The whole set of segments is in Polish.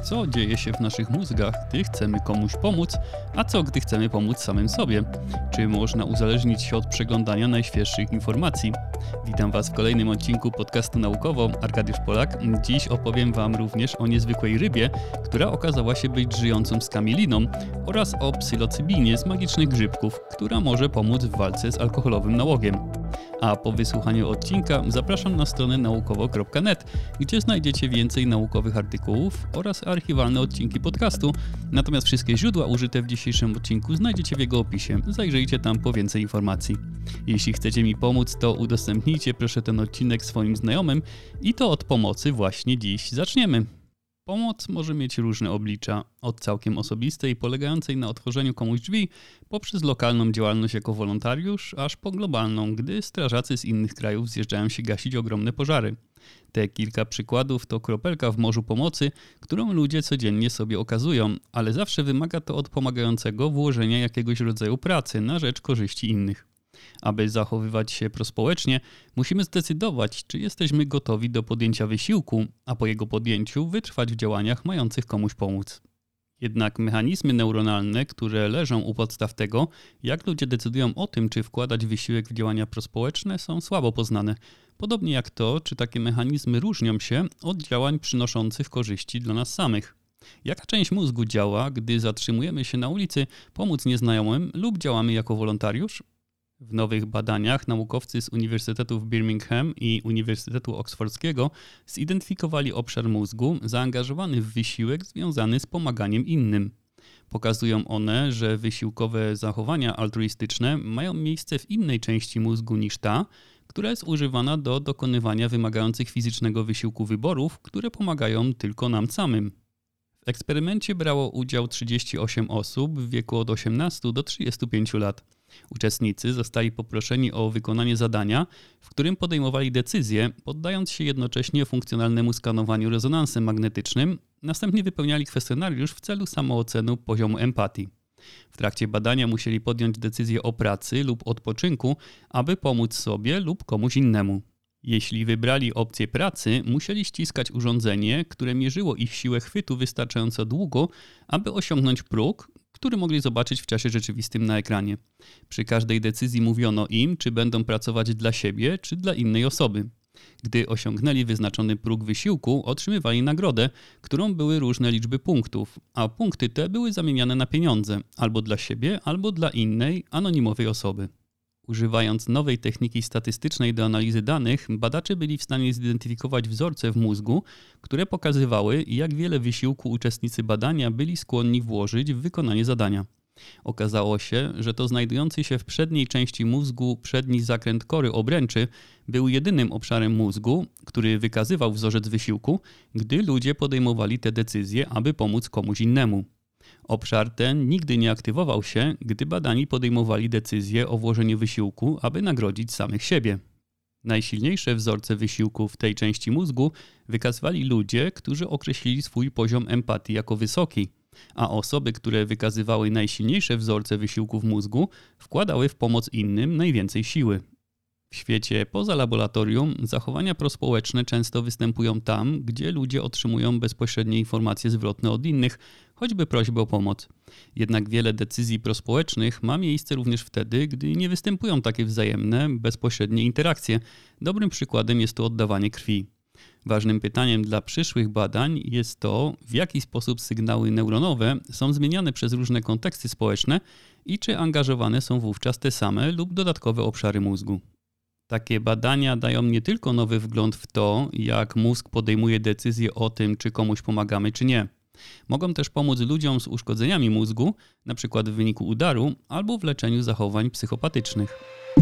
Co dzieje się w naszych mózgach, gdy chcemy komuś pomóc, a co gdy chcemy pomóc samym sobie? Czy można uzależnić się od przeglądania najświeższych informacji? Witam Was w kolejnym odcinku podcastu Naukowo, Arkadiusz Polak. Dziś opowiem Wam również o niezwykłej rybie, która okazała się być żyjącą skamieliną oraz o psylocybinie z magicznych grzybków, która może pomóc w walce z alkoholowym nałogiem. A po wysłuchaniu odcinka zapraszam na stronę naukowo.net, gdzie znajdziecie więcej naukowych artykułów oraz archiwalne odcinki podcastu. Natomiast wszystkie źródła użyte w dzisiejszym odcinku znajdziecie w jego opisie. Zajrzyjcie tam po więcej informacji. Jeśli chcecie mi pomóc, to udostępnijcie proszę ten odcinek swoim znajomym i to od pomocy właśnie dziś zaczniemy. Pomoc może mieć różne oblicza, od całkiem osobistej, polegającej na otworzeniu komuś drzwi, poprzez lokalną działalność jako wolontariusz, aż po globalną, gdy strażacy z innych krajów zjeżdżają się gasić ogromne pożary. Te kilka przykładów to kropelka w morzu pomocy, którą ludzie codziennie sobie okazują, ale zawsze wymaga to od pomagającego włożenia jakiegoś rodzaju pracy na rzecz korzyści innych. Aby zachowywać się prospołecznie, musimy zdecydować, czy jesteśmy gotowi do podjęcia wysiłku, a po jego podjęciu wytrwać w działaniach mających komuś pomóc. Jednak mechanizmy neuronalne, które leżą u podstaw tego, jak ludzie decydują o tym, czy wkładać wysiłek w działania prospołeczne, są słabo poznane. Podobnie jak to, czy takie mechanizmy różnią się od działań przynoszących korzyści dla nas samych. Jaka część mózgu działa, gdy zatrzymujemy się na ulicy pomóc nieznajomym lub działamy jako wolontariusz? W nowych badaniach naukowcy z Uniwersytetów Birmingham i Uniwersytetu Oksfordzkiego zidentyfikowali obszar mózgu zaangażowany w wysiłek związany z pomaganiem innym. Pokazują one, że wysiłkowe zachowania altruistyczne mają miejsce w innej części mózgu niż ta, która jest używana do dokonywania wymagających fizycznego wysiłku wyborów, które pomagają tylko nam samym. W eksperymencie brało udział 38 osób w wieku od 18 do 35 lat. Uczestnicy zostali poproszeni o wykonanie zadania, w którym podejmowali decyzje, poddając się jednocześnie funkcjonalnemu skanowaniu rezonansem magnetycznym, następnie wypełniali kwestionariusz w celu samooceny poziomu empatii. W trakcie badania musieli podjąć decyzję o pracy lub odpoczynku, aby pomóc sobie lub komuś innemu. Jeśli wybrali opcję pracy, musieli ściskać urządzenie, które mierzyło ich siłę chwytu wystarczająco długo, aby osiągnąć próg, który mogli zobaczyć w czasie rzeczywistym na ekranie. Przy każdej decyzji mówiono im, czy będą pracować dla siebie, czy dla innej osoby. Gdy osiągnęli wyznaczony próg wysiłku, otrzymywali nagrodę, którą były różne liczby punktów, a punkty te były zamieniane na pieniądze, albo dla siebie, albo dla innej, anonimowej osoby. Używając nowej techniki statystycznej do analizy danych, badacze byli w stanie zidentyfikować wzorce w mózgu, które pokazywały, jak wiele wysiłku uczestnicy badania byli skłonni włożyć w wykonanie zadania. Okazało się, że to znajdujący się w przedniej części mózgu przedni zakręt kory obręczy był jedynym obszarem mózgu, który wykazywał wzorzec wysiłku, gdy ludzie podejmowali te decyzje, aby pomóc komuś innemu. Obszar ten nigdy nie aktywował się, gdy badani podejmowali decyzję o włożeniu wysiłku, aby nagrodzić samych siebie. Najsilniejsze wzorce wysiłku w tej części mózgu wykazywali ludzie, którzy określili swój poziom empatii jako wysoki, a osoby, które wykazywały najsilniejsze wzorce wysiłku w mózgu, wkładały w pomoc innym najwięcej siły. W świecie poza laboratorium zachowania prospołeczne często występują tam, gdzie ludzie otrzymują bezpośrednie informacje zwrotne od innych, choćby prośby o pomoc. Jednak wiele decyzji prospołecznych ma miejsce również wtedy, gdy nie występują takie wzajemne, bezpośrednie interakcje. Dobrym przykładem jest to oddawanie krwi. Ważnym pytaniem dla przyszłych badań jest to, w jaki sposób sygnały neuronowe są zmieniane przez różne konteksty społeczne i czy angażowane są wówczas te same lub dodatkowe obszary mózgu. Takie badania dają nie tylko nowy wgląd w to, jak mózg podejmuje decyzje o tym, czy komuś pomagamy, czy nie. Mogą też pomóc ludziom z uszkodzeniami mózgu, np. w wyniku udaru albo w leczeniu zachowań psychopatycznych.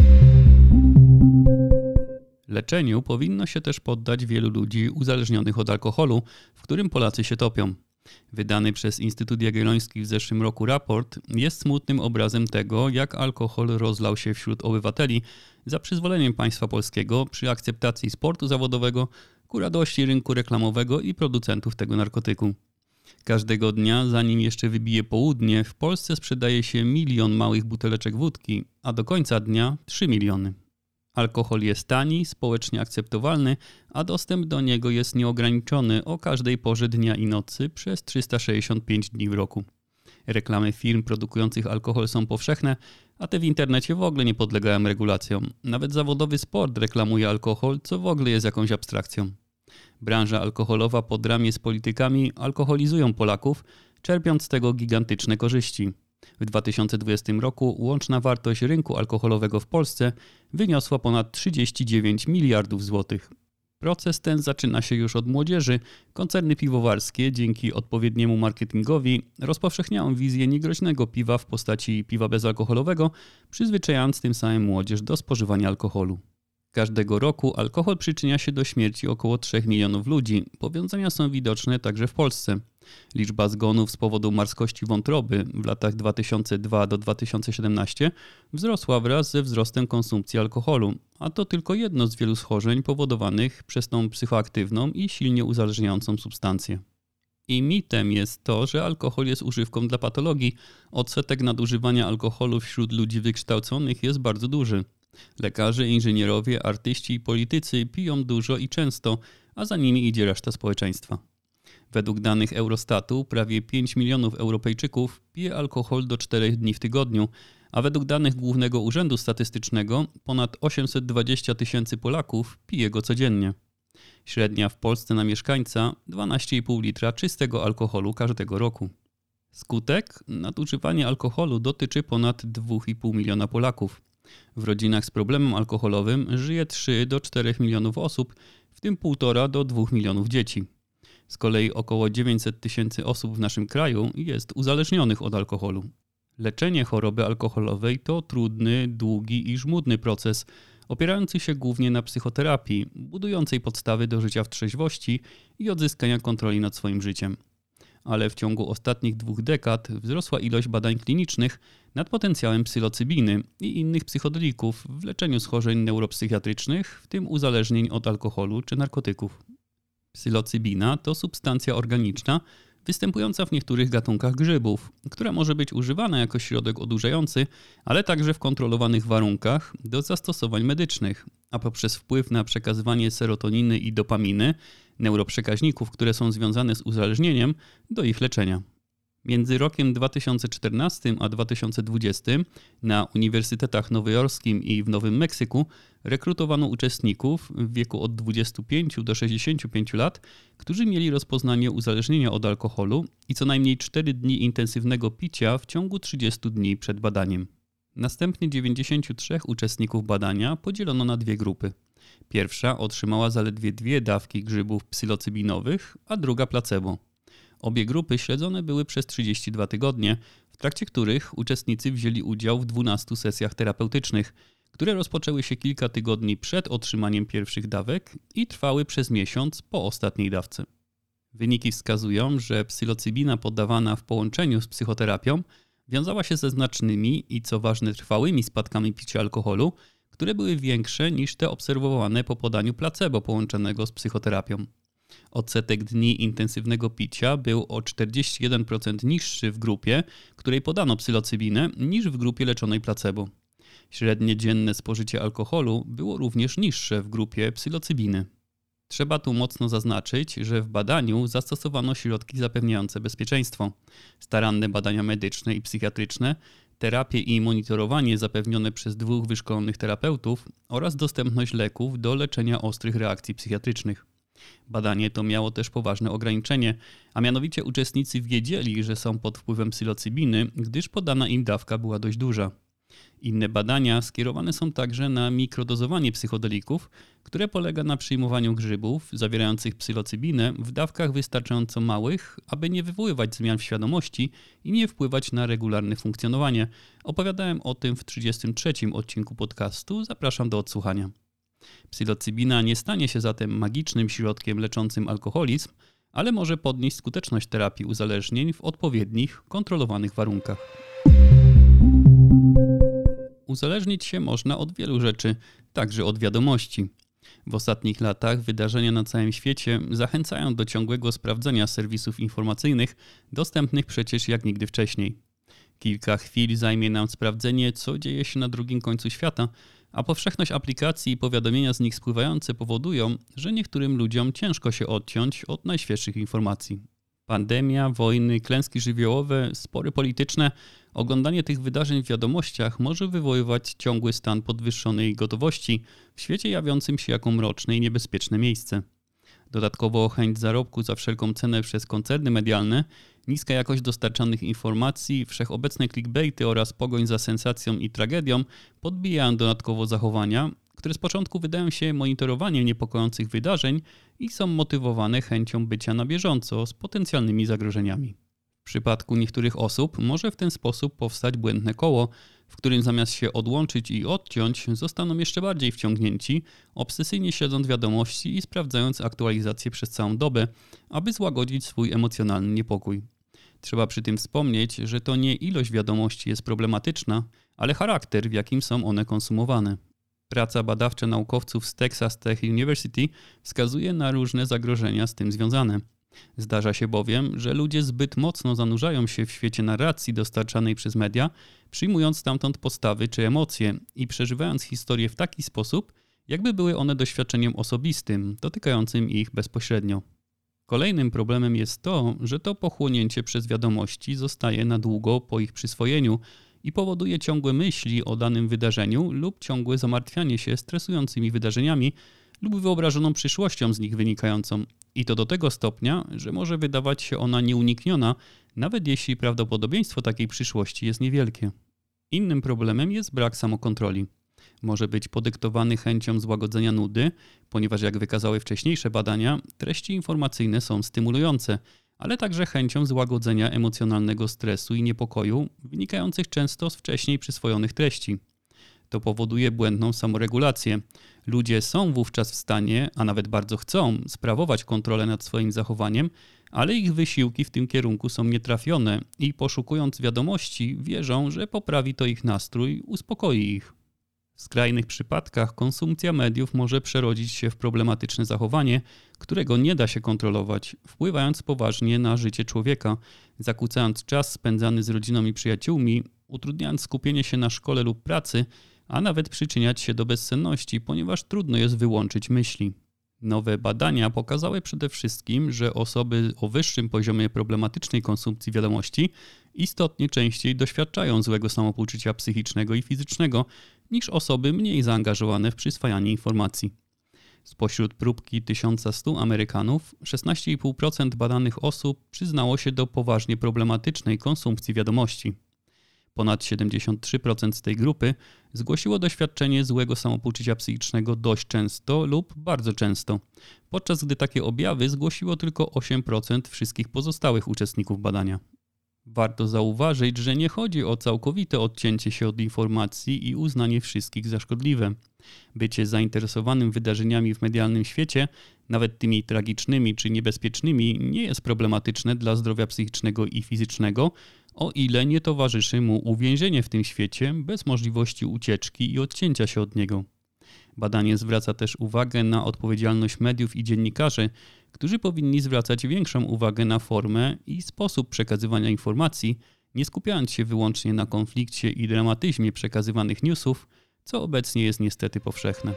Leczeniu powinno się też poddać wielu ludzi uzależnionych od alkoholu, w którym Polacy się topią. Wydany przez Instytut Jagielloński w zeszłym roku raport jest smutnym obrazem tego, jak alkohol rozlał się wśród obywateli za przyzwoleniem państwa polskiego przy akceptacji sportu zawodowego, ku radości rynku reklamowego i producentów tego narkotyku. Każdego dnia, zanim jeszcze wybije południe, w Polsce sprzedaje się 1 milion małych buteleczek wódki, a do końca dnia 3 miliony. Alkohol jest tani, społecznie akceptowalny, a dostęp do niego jest nieograniczony o każdej porze dnia i nocy przez 365 dni w roku. Reklamy firm produkujących alkohol są powszechne, a te w internecie w ogóle nie podlegają regulacjom. Nawet zawodowy sport reklamuje alkohol, co w ogóle jest jakąś abstrakcją. Branża alkoholowa pod ramię z politykami alkoholizują Polaków, czerpiąc z tego gigantyczne korzyści. W 2020 roku łączna wartość rynku alkoholowego w Polsce wyniosła ponad 39 miliardów złotych. Proces ten zaczyna się już od młodzieży. Koncerny piwowarskie dzięki odpowiedniemu marketingowi rozpowszechniają wizję niegroźnego piwa w postaci piwa bezalkoholowego, przyzwyczajając tym samym młodzież do spożywania alkoholu. Każdego roku alkohol przyczynia się do śmierci około 3 milionów ludzi. Powiązania są widoczne także w Polsce. Liczba zgonów z powodu marskości wątroby w latach 2002 do 2017 wzrosła wraz ze wzrostem konsumpcji alkoholu, a to tylko jedno z wielu schorzeń powodowanych przez tą psychoaktywną i silnie uzależniającą substancję. I mitem jest to, że alkohol jest używką dla patologii. Odsetek nadużywania alkoholu wśród ludzi wykształconych jest bardzo duży. Lekarze, inżynierowie, artyści i politycy piją dużo i często, a za nimi idzie reszta społeczeństwa. Według danych Eurostatu prawie 5 milionów Europejczyków pije alkohol do 4 dni w tygodniu, a według danych Głównego Urzędu Statystycznego ponad 820 tysięcy Polaków pije go codziennie. Średnia w Polsce na mieszkańca 12,5 litra czystego alkoholu każdego roku. Skutek? Nadużywanie alkoholu dotyczy ponad 2,5 miliona Polaków. W rodzinach z problemem alkoholowym żyje 3 do 4 milionów osób, w tym 1,5 do 2 milionów dzieci. Z kolei około 900 tysięcy osób w naszym kraju jest uzależnionych od alkoholu. Leczenie choroby alkoholowej to trudny, długi i żmudny proces, opierający się głównie na psychoterapii, budującej podstawy do życia w trzeźwości i odzyskania kontroli nad swoim życiem. Ale w ciągu ostatnich 2 dekad wzrosła ilość badań klinicznych nad potencjałem psylocybiny i innych psychodelików w leczeniu schorzeń neuropsychiatrycznych, w tym uzależnień od alkoholu czy narkotyków. Psylocybina to substancja organiczna występująca w niektórych gatunkach grzybów, która może być używana jako środek odurzający, ale także w kontrolowanych warunkach do zastosowań medycznych, a poprzez wpływ na przekazywanie serotoniny i dopaminy, neuroprzekaźników, które są związane z uzależnieniem, do ich leczenia. Między rokiem 2014 a 2020 na uniwersytetach nowojorskim i w Nowym Meksyku rekrutowano uczestników w wieku od 25 do 65 lat, którzy mieli rozpoznanie uzależnienia od alkoholu i co najmniej 4 dni intensywnego picia w ciągu 30 dni przed badaniem. Następnie 93 uczestników badania podzielono na 2 grupy. Pierwsza otrzymała zaledwie 2 dawki grzybów psylocybinowych, a druga placebo. Obie grupy śledzone były przez 32 tygodnie, w trakcie których uczestnicy wzięli udział w 12 sesjach terapeutycznych, które rozpoczęły się kilka tygodni przed otrzymaniem pierwszych dawek i trwały przez miesiąc po ostatniej dawce. Wyniki wskazują, że psylocybina poddawana w połączeniu z psychoterapią wiązała się ze znacznymi i co ważne trwałymi spadkami picia alkoholu, które były większe niż te obserwowane po podaniu placebo połączonego z psychoterapią. Odsetek dni intensywnego picia był o 41% niższy w grupie, której podano psylocybinę, niż w grupie leczonej placebo. Średnie dzienne spożycie alkoholu było również niższe w grupie psylocybiny. Trzeba tu mocno zaznaczyć, że w badaniu zastosowano środki zapewniające bezpieczeństwo, staranne badania medyczne i psychiatryczne, terapię i monitorowanie zapewnione przez 2 wyszkolonych terapeutów oraz dostępność leków do leczenia ostrych reakcji psychiatrycznych. Badanie to miało też poważne ograniczenie, a mianowicie uczestnicy wiedzieli, że są pod wpływem psylocybiny, gdyż podana im dawka była dość duża. Inne badania skierowane są także na mikrodozowanie psychodelików, które polega na przyjmowaniu grzybów zawierających psylocybinę w dawkach wystarczająco małych, aby nie wywoływać zmian w świadomości i nie wpływać na regularne funkcjonowanie. Opowiadałem o tym w 33 odcinku podcastu, zapraszam do odsłuchania. Psylocybina nie stanie się zatem magicznym środkiem leczącym alkoholizm, ale może podnieść skuteczność terapii uzależnień w odpowiednich, kontrolowanych warunkach. Uzależnić się można od wielu rzeczy, także od wiadomości. W ostatnich latach wydarzenia na całym świecie zachęcają do ciągłego sprawdzania serwisów informacyjnych, dostępnych przecież jak nigdy wcześniej. Kilka chwil zajmie nam sprawdzenie, co dzieje się na drugim końcu świata, a powszechność aplikacji i powiadomienia z nich spływające powodują, że niektórym ludziom ciężko się odciąć od najświeższych informacji. Pandemia, wojny, klęski żywiołowe, spory polityczne, oglądanie tych wydarzeń w wiadomościach może wywoływać ciągły stan podwyższonej gotowości w świecie jawiącym się jako mroczne i niebezpieczne miejsce. Dodatkowo chęć zarobku za wszelką cenę przez koncerny medialne, niska jakość dostarczanych informacji, wszechobecne clickbaity oraz pogoń za sensacją i tragedią podbijają dodatkowo zachowania, które z początku wydają się monitorowaniem niepokojących wydarzeń i są motywowane chęcią bycia na bieżąco z potencjalnymi zagrożeniami. W przypadku niektórych osób może w ten sposób powstać błędne koło, w którym zamiast się odłączyć i odciąć, zostaną jeszcze bardziej wciągnięci, obsesyjnie śledząc wiadomości i sprawdzając aktualizacje przez całą dobę, aby złagodzić swój emocjonalny niepokój. Trzeba przy tym wspomnieć, że to nie ilość wiadomości jest problematyczna, ale charakter, w jakim są one konsumowane. Praca badawcza naukowców z Texas Tech University wskazuje na różne zagrożenia z tym związane. Zdarza się bowiem, że ludzie zbyt mocno zanurzają się w świecie narracji dostarczanej przez media, przyjmując stamtąd postawy czy emocje i przeżywając historie w taki sposób, jakby były one doświadczeniem osobistym, dotykającym ich bezpośrednio. Kolejnym problemem jest to, że to pochłonięcie przez wiadomości zostaje na długo po ich przyswojeniu i powoduje ciągłe myśli o danym wydarzeniu lub ciągłe zamartwianie się stresującymi wydarzeniami lub wyobrażoną przyszłością z nich wynikającą. I to do tego stopnia, że może wydawać się ona nieunikniona, nawet jeśli prawdopodobieństwo takiej przyszłości jest niewielkie. Innym problemem jest brak samokontroli. Może być podyktowany chęcią złagodzenia nudy, ponieważ jak wykazały wcześniejsze badania, treści informacyjne są stymulujące, ale także chęcią złagodzenia emocjonalnego stresu i niepokoju, wynikających często z wcześniej przyswojonych treści. To powoduje błędną samoregulację. Ludzie są wówczas w stanie, a nawet bardzo chcą, sprawować kontrolę nad swoim zachowaniem, ale ich wysiłki w tym kierunku są nietrafione i poszukując wiadomości, wierzą, że poprawi to ich nastrój, uspokoi ich. W skrajnych przypadkach konsumpcja mediów może przerodzić się w problematyczne zachowanie, którego nie da się kontrolować, wpływając poważnie na życie człowieka, zakłócając czas spędzany z rodziną i przyjaciółmi, utrudniając skupienie się na szkole lub pracy, a nawet przyczyniać się do bezsenności, ponieważ trudno jest wyłączyć myśli. Nowe badania pokazały przede wszystkim, że osoby o wyższym poziomie problematycznej konsumpcji wiadomości istotnie częściej doświadczają złego samopoczucia psychicznego i fizycznego niż osoby mniej zaangażowane w przyswajanie informacji. Spośród próbki 1100 Amerykanów 16,5% badanych osób przyznało się do poważnie problematycznej konsumpcji wiadomości. Ponad 73% z tej grupy zgłosiło doświadczenie złego samopoczucia psychicznego dość często lub bardzo często, podczas gdy takie objawy zgłosiło tylko 8% wszystkich pozostałych uczestników badania. Warto zauważyć, że nie chodzi o całkowite odcięcie się od informacji i uznanie wszystkich za szkodliwe. Bycie zainteresowanym wydarzeniami w medialnym świecie, nawet tymi tragicznymi czy niebezpiecznymi, nie jest problematyczne dla zdrowia psychicznego i fizycznego, o ile nie towarzyszy mu uwięzienie w tym świecie bez możliwości ucieczki i odcięcia się od niego. Badanie zwraca też uwagę na odpowiedzialność mediów i dziennikarzy, którzy powinni zwracać większą uwagę na formę i sposób przekazywania informacji, nie skupiając się wyłącznie na konflikcie i dramatyzmie przekazywanych newsów, co obecnie jest niestety powszechne.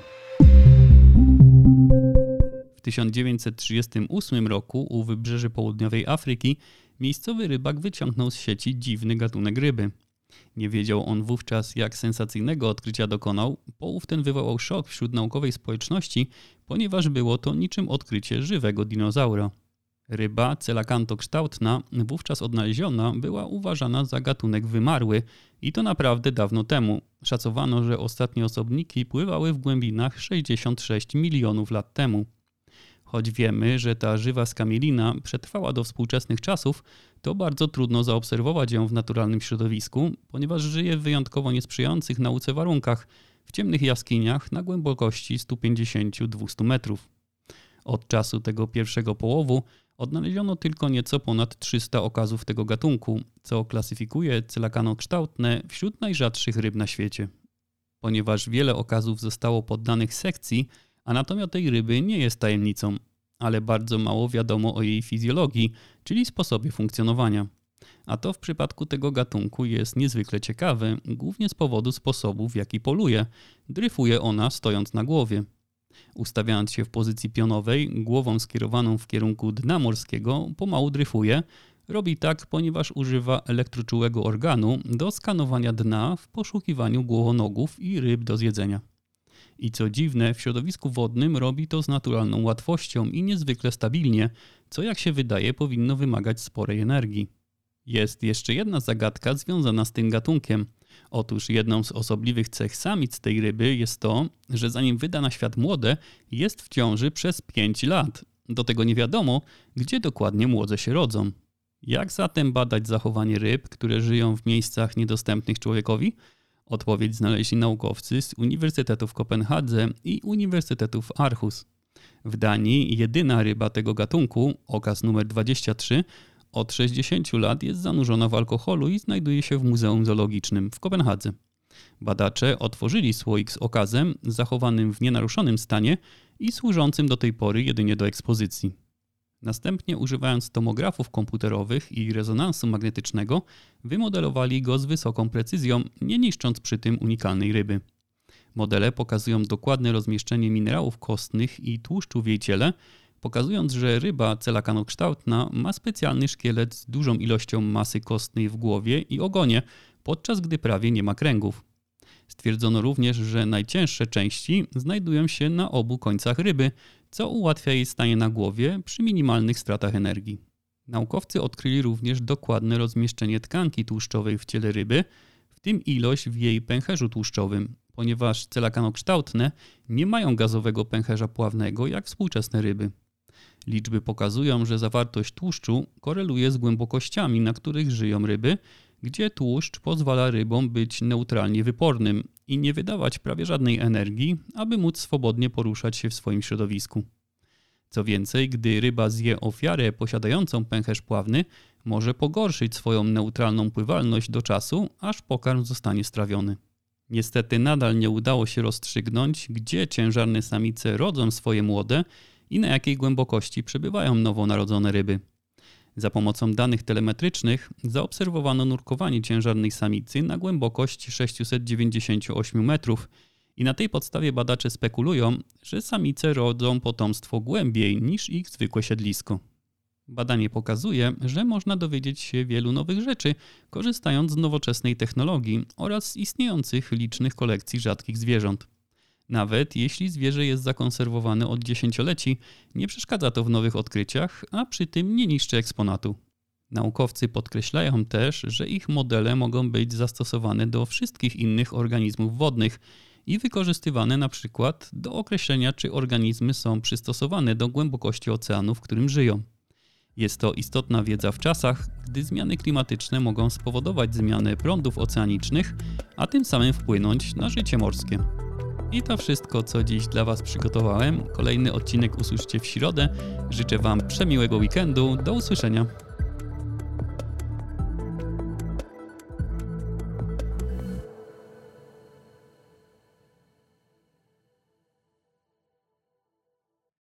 W 1938 roku u wybrzeży południowej Afryki miejscowy rybak wyciągnął z sieci dziwny gatunek ryby. Nie wiedział on wówczas, jak sensacyjnego odkrycia dokonał. Połów ten wywołał szok wśród naukowej społeczności, ponieważ było to niczym odkrycie żywego dinozaura. Ryba celakantokształtna, wówczas odnaleziona, była uważana za gatunek wymarły i to naprawdę dawno temu. Szacowano, że ostatnie osobniki pływały w głębinach 66 milionów lat temu. Choć wiemy, że ta żywa skamielina przetrwała do współczesnych czasów, to bardzo trudno zaobserwować ją w naturalnym środowisku, ponieważ żyje w wyjątkowo niesprzyjających nauce warunkach, w ciemnych jaskiniach na głębokości 150-200 metrów. Od czasu tego pierwszego połowu odnaleziono tylko nieco ponad 300 okazów tego gatunku, co klasyfikuje celakantokształtne wśród najrzadszych ryb na świecie. Ponieważ wiele okazów zostało poddanych sekcji, anatomia tej ryby nie jest tajemnicą, ale bardzo mało wiadomo o jej fizjologii, czyli sposobie funkcjonowania. A to w przypadku tego gatunku jest niezwykle ciekawe, głównie z powodu sposobu, w jaki poluje. Dryfuje ona stojąc na głowie. Ustawiając się w pozycji pionowej, głową skierowaną w kierunku dna morskiego, pomału dryfuje. Robi tak, ponieważ używa elektroczułego organu do skanowania dna w poszukiwaniu głowonogów i ryb do zjedzenia. I co dziwne, w środowisku wodnym robi to z naturalną łatwością i niezwykle stabilnie, co jak się wydaje powinno wymagać sporej energii. Jest jeszcze jedna zagadka związana z tym gatunkiem. Otóż jedną z osobliwych cech samic tej ryby jest to, że zanim wyda na świat młode, jest w ciąży przez 5 lat. Do tego nie wiadomo, gdzie dokładnie młodze się rodzą. Jak zatem badać zachowanie ryb, które żyją w miejscach niedostępnych człowiekowi? Odpowiedź znaleźli naukowcy z Uniwersytetu w Kopenhadze i Uniwersytetu w Aarhus. W Danii jedyna ryba tego gatunku, okas numer 23, od 60 lat jest zanurzona w alkoholu i znajduje się w Muzeum Zoologicznym w Kopenhadze. Badacze otworzyli słoik z okazem, zachowanym w nienaruszonym stanie i służącym do tej pory jedynie do ekspozycji. Następnie, używając tomografów komputerowych i rezonansu magnetycznego, wymodelowali go z wysoką precyzją, nie niszcząc przy tym unikalnej ryby. Modele pokazują dokładne rozmieszczenie minerałów kostnych i tłuszczu w jej ciele, pokazując, że ryba celakanokształtna ma specjalny szkielet z dużą ilością masy kostnej w głowie i ogonie, podczas gdy prawie nie ma kręgów. Stwierdzono również, że najcięższe części znajdują się na obu końcach ryby, co ułatwia jej stanie na głowie przy minimalnych stratach energii. Naukowcy odkryli również dokładne rozmieszczenie tkanki tłuszczowej w ciele ryby, w tym ilość w jej pęcherzu tłuszczowym, ponieważ celakanokształtne nie mają gazowego pęcherza pławnego jak współczesne ryby. Liczby pokazują, że zawartość tłuszczu koreluje z głębokościami, na których żyją ryby, gdzie tłuszcz pozwala rybom być neutralnie wypornym i nie wydawać prawie żadnej energii, aby móc swobodnie poruszać się w swoim środowisku. Co więcej, gdy ryba zje ofiarę posiadającą pęcherz pławny, może pogorszyć swoją neutralną pływalność do czasu, aż pokarm zostanie strawiony. Niestety nadal nie udało się rozstrzygnąć, gdzie ciężarne samice rodzą swoje młode i na jakiej głębokości przebywają nowonarodzone ryby. Za pomocą danych telemetrycznych zaobserwowano nurkowanie ciężarnej samicy na głębokość 698 metrów i na tej podstawie badacze spekulują, że samice rodzą potomstwo głębiej niż ich zwykłe siedlisko. Badanie pokazuje, że można dowiedzieć się wielu nowych rzeczy, korzystając z nowoczesnej technologii oraz z istniejących licznych kolekcji rzadkich zwierząt. Nawet jeśli zwierzę jest zakonserwowane od dziesięcioleci, nie przeszkadza to w nowych odkryciach, a przy tym nie niszczy eksponatu. Naukowcy podkreślają też, że ich modele mogą być zastosowane do wszystkich innych organizmów wodnych i wykorzystywane na przykład do określenia, czy organizmy są przystosowane do głębokości oceanu, w którym żyją. Jest to istotna wiedza w czasach, gdy zmiany klimatyczne mogą spowodować zmianę prądów oceanicznych, a tym samym wpłynąć na życie morskie. I to wszystko, co dziś dla Was przygotowałem. Kolejny odcinek usłyszycie w środę. Życzę Wam przemiłego weekendu. Do usłyszenia.